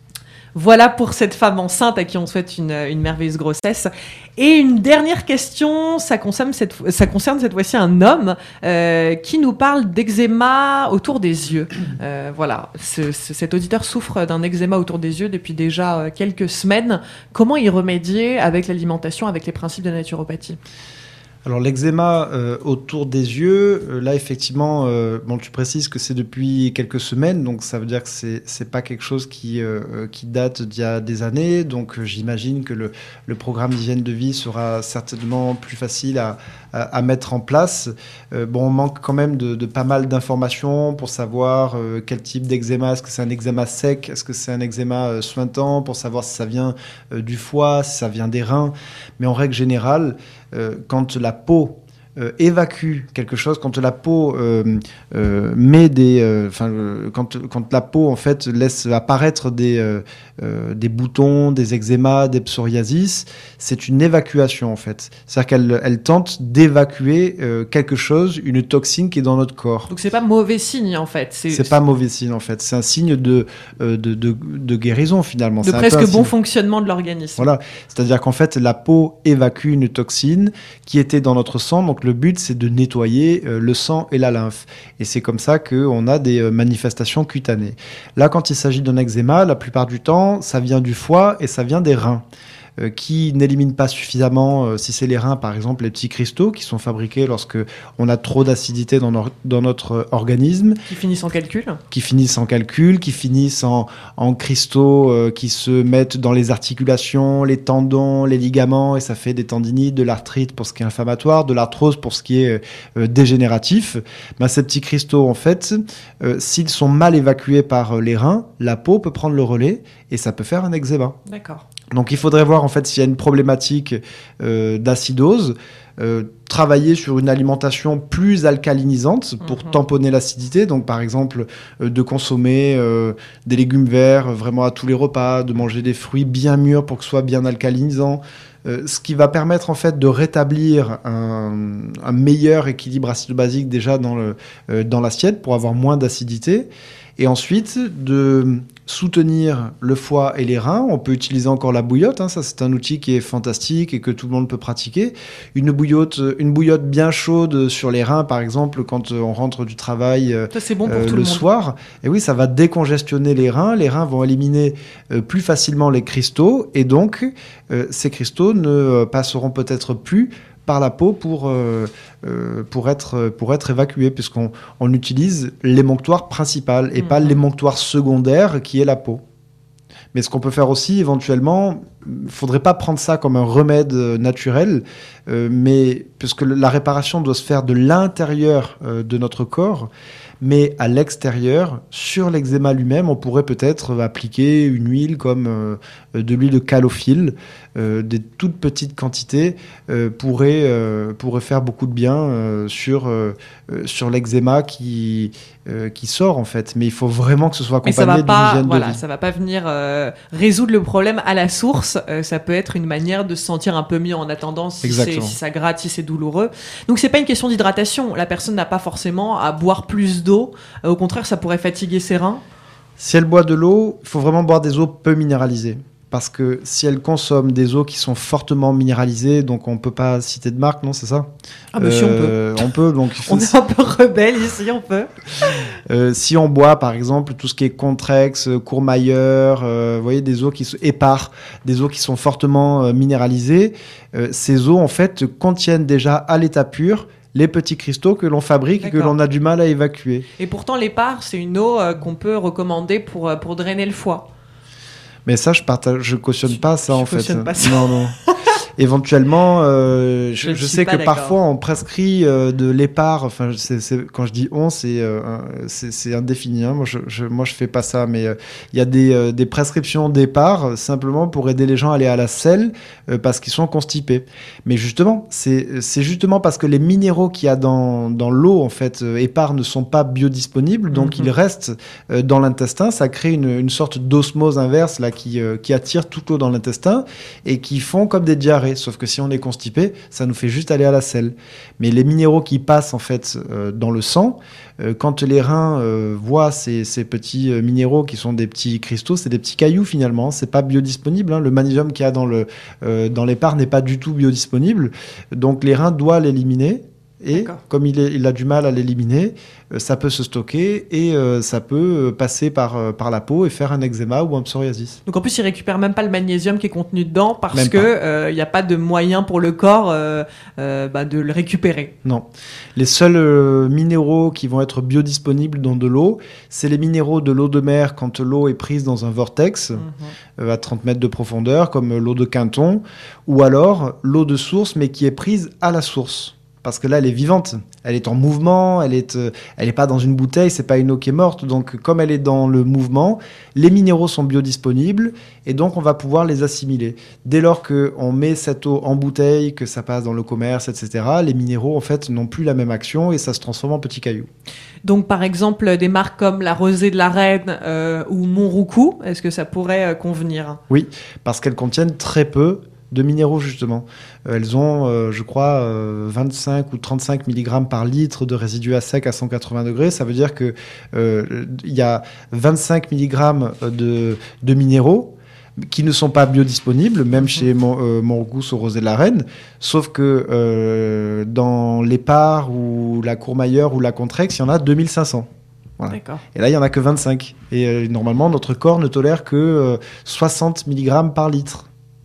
Voilà pour cette femme enceinte à qui on souhaite une, une merveilleuse grossesse. Et une dernière question, ça concerne cette, ça concerne cette fois-ci un homme euh, qui nous parle d'eczéma autour des yeux. Euh, voilà, ce, ce, cet auditeur souffre d'un eczéma autour des yeux depuis déjà euh, quelques semaines. Comment y remédier avec l'alimentation, avec les principes de naturopathie ? Alors l'eczéma euh, autour des yeux, euh, là effectivement, euh, bon tu précises que c'est depuis quelques semaines, donc ça veut dire que c'est c'est pas quelque chose qui euh, qui date d'il y a des années, donc euh, j'imagine que le le programme d'hygiène de vie sera certainement plus facile à à, à mettre en place. Euh, bon, on manque quand même de, de pas mal d'informations pour savoir euh, quel type d'eczéma, est-ce que c'est un eczéma sec, est-ce que c'est un eczéma euh, suintant, pour savoir si ça vient euh, du foie, si ça vient des reins, mais en règle générale. Euh, quand la peau euh, évacue quelque chose, quand la peau euh, euh, met des, enfin, euh, quand quand la peau en fait laisse apparaître des euh, euh, des boutons, des eczémas, des psoriasis, c'est une évacuation en fait. C'est-à-dire qu'elle elle tente d'évacuer euh, quelque chose, une toxine qui est dans notre corps. Donc c'est pas mauvais signe en fait. C'est, c'est pas mauvais signe en fait. C'est un signe de euh, de, de, de guérison finalement. De c'est presque un peu bon signe. fonctionnement de l'organisme. Voilà. C'est-à-dire qu'en fait la peau évacue une toxine qui était dans notre sang. Donc le but c'est de nettoyer euh, le sang et la lymphe. Et c'est comme ça qu'on a des euh, manifestations cutanées. Là, quand il s'agit d'un eczéma, la plupart du temps, ça vient du foie et ça vient des reins. Euh, qui n'éliminent pas suffisamment, euh, si c'est les reins par exemple, les petits cristaux qui sont fabriqués lorsque on a trop d'acidité dans, no- dans notre euh, organisme. Qui finissent en calcul. Qui finissent en calcul, qui finissent en, en cristaux euh, qui se mettent dans les articulations, les tendons, les ligaments, et ça fait des tendinites, de l'arthrite pour ce qui est inflammatoire, de l'arthrose pour ce qui est euh, dégénératif. Ben, ces petits cristaux, en fait, euh, s'ils sont mal évacués par euh, les reins, la peau peut prendre le relais et ça peut faire un eczéma. D'accord. Donc il faudrait voir en fait s'il y a une problématique euh, d'acidose, euh, travailler sur une alimentation plus alcalinisante pour Mm-hmm. tamponner l'acidité. Donc par exemple euh, de consommer euh, des légumes verts vraiment à tous les repas, de manger des fruits bien mûrs pour que ce soit bien alcalinisant. Euh, ce qui va permettre en fait de rétablir un, un meilleur équilibre acido-basique déjà dans, le, euh, dans l'assiette pour avoir moins d'acidité. Et ensuite, de soutenir le foie et les reins. On peut utiliser encore la bouillotte. Hein, ça, c'est un outil qui est fantastique et que tout le monde peut pratiquer. Une bouillotte, une bouillotte bien chaude sur les reins, par exemple, quand on rentre du travail ça, c'est bon pour euh, tout le, le monde. soir. Et oui, ça va décongestionner les reins. Les reins vont éliminer euh, plus facilement les cristaux. Et donc, euh, ces cristaux ne euh, passeront peut-être plus par la peau pour, euh, euh, pour, être, pour être évacué, puisqu'on on utilise l'émonctoire principal et mmh. pas l'émonctoire secondaire qui est la peau. Mais ce qu'on peut faire aussi, éventuellement, il ne faudrait pas prendre ça comme un remède naturel, euh, mais puisque la réparation doit se faire de l'intérieur euh, de notre corps, mais à l'extérieur, sur l'eczéma lui-même, on pourrait peut-être appliquer une huile comme euh, de l'huile de calophylle, euh, des toutes petites quantités, euh, pourraient, euh, pourraient faire beaucoup de bien euh, sur, euh, sur l'eczéma qui, euh, qui sort en fait. Mais il faut vraiment que ce soit accompagné d'une hygiène voilà, de vie. Ça ne va pas venir euh, résoudre le problème à la source. Euh, ça peut être une manière de se sentir un peu mieux en attendant si, c'est, si ça gratte, si c'est douloureux. Donc c'est pas une question d'hydratation. La personne n'a pas forcément à boire plus d'eau. Euh, au contraire, ça pourrait fatiguer ses reins. Si elle boit de l'eau, il faut vraiment boire des eaux peu minéralisées. parce que si elles consomment des eaux qui sont fortement minéralisées, donc on peut pas citer de marque, non, c'est ça ? Ah bah euh, si on peut. On peut, donc... on est un peu rebelle ici, on peut. Euh, si on boit, par exemple, tout ce qui est Contrex, Courmayeur, euh, vous voyez, des eaux qui sont épars, des eaux qui sont fortement euh, minéralisées, euh, ces eaux, en fait, contiennent déjà à l'état pur les petits cristaux que l'on fabrique D'accord. et que l'on a du mal à évacuer. Et pourtant, l'épar, c'est une eau euh, qu'on peut recommander pour, euh, pour drainer le foie. Mais ça, je partage, je cautionne tu, pas ça, en fait. Pas ça. Non, non. Éventuellement, euh, je, je, je sais que d'accord. parfois on prescrit euh, de l'épar. Enfin, c'est, c'est, quand je dis on, c'est, euh, c'est, c'est indéfini. Hein. Moi, je, je, moi, je fais pas ça. Mais il euh, y a des, euh, des prescriptions d'épar simplement pour aider les gens à aller à la selle euh, parce qu'ils sont constipés. Mais justement, c'est, c'est justement parce que les minéraux qu'il y a dans, dans l'eau, en fait, euh, épar ne sont pas biodisponibles, donc mm-hmm. ils restent euh, dans l'intestin. Ça crée une, une sorte d'osmose inverse là qui, euh, qui attire toute l'eau dans l'intestin et qui font comme des diarrhées. Sauf que si on est constipé, ça nous fait juste aller à la selle. Mais les minéraux qui passent en fait euh, dans le sang, euh, quand les reins euh, voient ces, ces petits euh, minéraux qui sont des petits cristaux, c'est des petits cailloux finalement. C'est pas biodisponible. Hein. Le magnésium qu'il y a dans le euh, dans l'épar n'est pas du tout biodisponible. Donc les reins doivent l'éliminer. Et D'accord. comme il, est, il a du mal à l'éliminer, euh, ça peut se stocker et euh, ça peut passer par, euh, par la peau et faire un eczéma ou un psoriasis. Donc en plus, il récupère même pas le magnésium qui est contenu dedans parce même que il n'y euh, a pas de moyen pour le corps euh, euh, bah, de le récupérer. Non. Les seuls euh, minéraux qui vont être biodisponibles dans de l'eau, c'est les minéraux de l'eau de mer quand l'eau est prise dans un vortex mm-hmm. euh, à trente mètres de profondeur, comme l'eau de Quinton, ou alors l'eau de source mais qui est prise à la source. Parce que là, elle est vivante, elle est en mouvement, elle est, euh, elle est pas dans une bouteille, c'est pas une eau qui est morte. Donc, comme elle est dans le mouvement, les minéraux sont biodisponibles et donc on va pouvoir les assimiler. Dès lors qu'on met cette eau en bouteille, que ça passe dans le commerce, et cetera, les minéraux en fait n'ont plus la même action et ça se transforme en petits cailloux. Donc, par exemple, des marques comme la Rosée de la Reine euh, ou Montroucou, est-ce que ça pourrait euh, convenir ? Oui, parce qu'elles contiennent très peu de minéraux justement. Euh, elles ont, euh, je crois, euh, vingt-cinq ou trente-cinq milligrammes par litre de résidus à sec à cent quatre-vingts degrés. Ça veut dire que euh, il y a vingt-cinq milligrammes de, de minéraux qui ne sont pas biodisponibles, même mmh. chez Mon, euh, Montroucou au Rosée de la Reine, sauf que euh, dans l'épar ou la Courmayeur ou la Contrex, il y en a deux mille cinq cents. Voilà. D'accord. Et là, il n'y en a que vingt-cinq. Et euh, normalement, notre corps ne tolère que euh, soixante milligrammes par litre.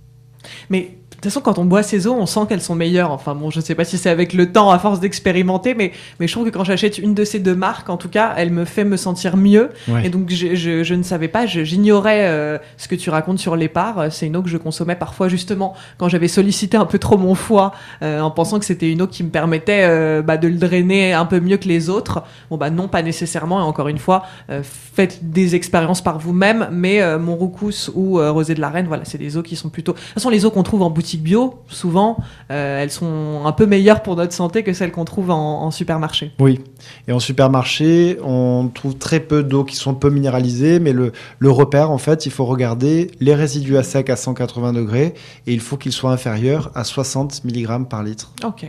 Mais de toute façon, quand on boit ces eaux, on sent qu'elles sont meilleures. Enfin bon, je sais pas si c'est avec le temps, à force d'expérimenter, mais, mais je trouve que quand j'achète une de ces deux marques, en tout cas, elle me fait me sentir mieux. Ouais. Et donc, je, je, je ne savais pas, je, j'ignorais euh, ce que tu racontes sur l'épar. C'est une eau que je consommais parfois, justement, quand j'avais sollicité un peu trop mon foie, euh, en pensant que c'était une eau qui me permettait euh, bah, de le drainer un peu mieux que les autres. Bon, bah non, pas nécessairement. Et encore une fois, euh, faites des expériences par vous-même, mais euh, Montroucou ou euh, Rosée de la Reine, voilà, c'est des eaux qui sont plutôt... De toute façon, les eaux qu'on trouve en boutique bio, souvent, euh, elles sont un peu meilleures pour notre santé que celles qu'on trouve en, en supermarché. Oui, et en supermarché, on trouve très peu d'eau qui sont peu minéralisées, mais le, le repère, en fait, il faut regarder les résidus à sec à cent quatre-vingts degrés, et il faut qu'ils soient inférieurs à soixante milligrammes par litre. Ok.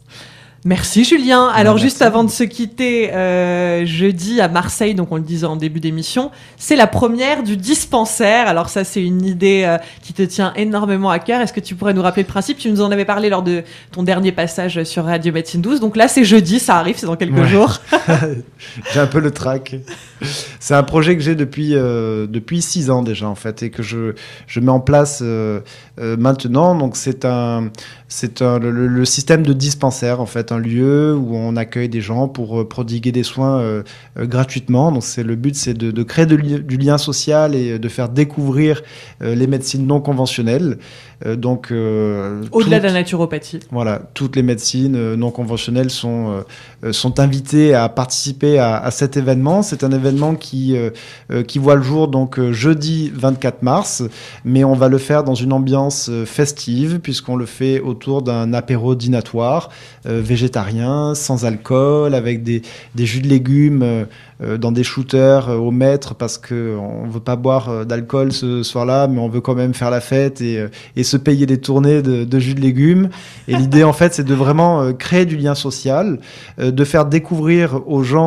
Merci Julien. Alors Merci. Juste avant de se quitter, euh, jeudi à Marseille, donc on le disait en début d'émission, c'est la première du dispensaire. Alors ça c'est une idée euh, qui te tient énormément à cœur. Est-ce que tu pourrais nous rappeler le principe ? Tu nous en avais parlé lors de ton dernier passage sur Radio Médecine douze. Donc là c'est jeudi, ça arrive, c'est dans quelques ouais. jours. J'ai un peu le trac. C'est un projet que j'ai depuis euh, depuis six ans déjà en fait et que je je mets en place euh, euh, maintenant. Donc c'est un c'est un le, le système de dispensaire en fait. Un lieu où on accueille des gens pour euh, prodiguer des soins euh, euh, gratuitement. Donc c'est le but, c'est de, de créer de li- du lien social et de faire découvrir euh, les médecines non conventionnelles. Euh, donc euh, au-delà toutes, de la naturopathie. Voilà, toutes les médecines euh, non conventionnelles sont euh, sont invitées à participer à, à cet événement. C'est un événement qui euh, euh, qui voit le jour donc euh, jeudi vingt-quatre mars, mais on va le faire dans une ambiance euh, festive puisqu'on le fait autour d'un apéro dînatoire euh, végétarien, sans alcool, avec des, des jus de légumes euh, euh, dans des shooters euh, au mètre parce qu'on ne veut pas boire euh, d'alcool ce soir-là, mais on veut quand même faire la fête et, euh, et se payer des tournées de, de jus de légumes. Et l'idée, en fait, c'est de vraiment euh, créer du lien social, euh, de faire découvrir aux gens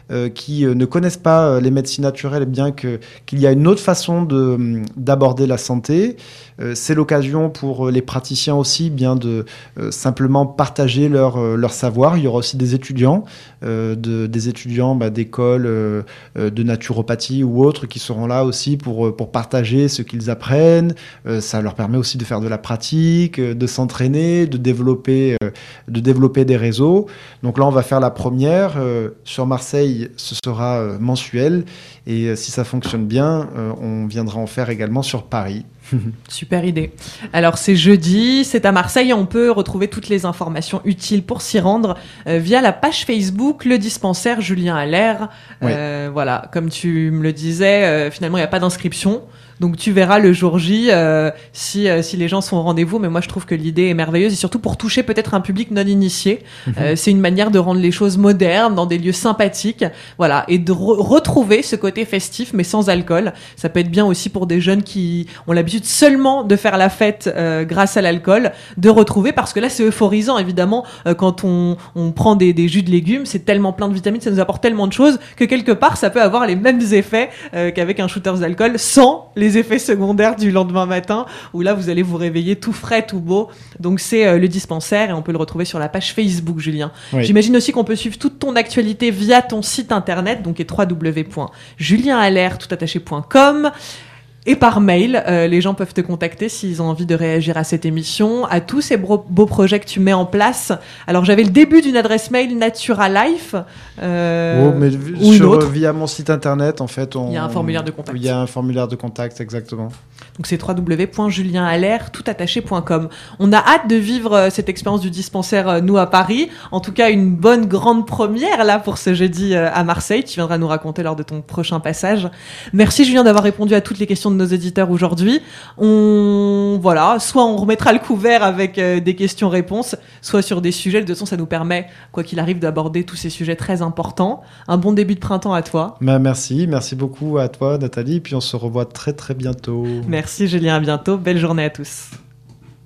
euh, qui euh, ne connaissent pas euh, les médecines naturelles, eh bien que, qu'il y a une autre façon de, d'aborder la santé. Euh, c'est l'occasion pour les praticiens aussi bien de euh, simplement partager leur, euh, leur savoir. Il y aura aussi des étudiants, euh, de, des étudiants bah, d'écoles euh, de naturopathie ou autres qui seront là aussi pour, pour partager ce qu'ils apprennent. Euh, ça leur permet aussi de faire de la pratique, de s'entraîner, de développer, euh, de développer des réseaux. Donc là, on va faire la première. Euh, sur Marseille, ce sera euh, mensuel. Et euh, si ça fonctionne bien, euh, on viendra en faire également sur Paris. Super idée. Alors c'est jeudi, c'est à Marseille et on peut retrouver toutes les informations utiles pour s'y rendre euh, via la page Facebook Le Dispensaire Julien Allaire. Oui. Euh, voilà, comme tu me le disais, euh, finalement il n'y a pas d'inscription. Donc tu verras le jour J euh, si, euh, si les gens sont au rendez-vous. Mais moi je trouve que l'idée est merveilleuse et surtout pour toucher peut-être un public non initié. Mmh. Euh, c'est une manière de rendre les choses modernes dans des lieux sympathiques. Voilà, et de re- retrouver ce côté festif mais sans alcool. Ça peut être bien aussi pour des jeunes qui ont l'habitude seulement de faire la fête euh, grâce à l'alcool, de retrouver, parce que là c'est euphorisant évidemment euh, quand on, on prend des, des jus de légumes, c'est tellement plein de vitamines, ça nous apporte tellement de choses que quelque part ça peut avoir les mêmes effets euh, qu'avec un shooter d'alcool sans les les effets secondaires du lendemain matin, où là vous allez vous réveiller tout frais, tout beau. Donc c'est euh, Le Dispensaire et on peut le retrouver sur la page Facebook, Julien. Oui. J'imagine aussi qu'on peut suivre toute ton actualité via ton site internet, donc est w w w point julien allaire tout attaché point com. Et par mail, euh, les gens peuvent te contacter s'ils ont envie de réagir à cette émission, à tous ces beaux, beaux projets que tu mets en place. Alors, j'avais le début d'une adresse mail Naturalife. Euh, oh, mais ou sur, une autre. Via mon site internet, en fait. On, il y a un formulaire de contact. Il y a un formulaire de contact, exactement. Donc, c'est w w w point julien allaire tout attaché point com. On a hâte de vivre euh, cette expérience du dispensaire, euh, nous, à Paris. En tout cas, une bonne grande première, là, pour ce jeudi euh, à Marseille. Tu viendras nous raconter lors de ton prochain passage. Merci, Julien, d'avoir répondu à toutes les questions de nos auditeurs aujourd'hui. On voilà, soit on remettra le couvert avec euh, des questions-réponses, soit sur des sujets. De toute façon, ça nous permet, quoi qu'il arrive, d'aborder tous ces sujets très importants. Un bon début de printemps à toi. Bah, merci, merci beaucoup à toi, Nathalie. Puis on se revoit très très bientôt. Merci Julien, à bientôt. Belle journée à tous.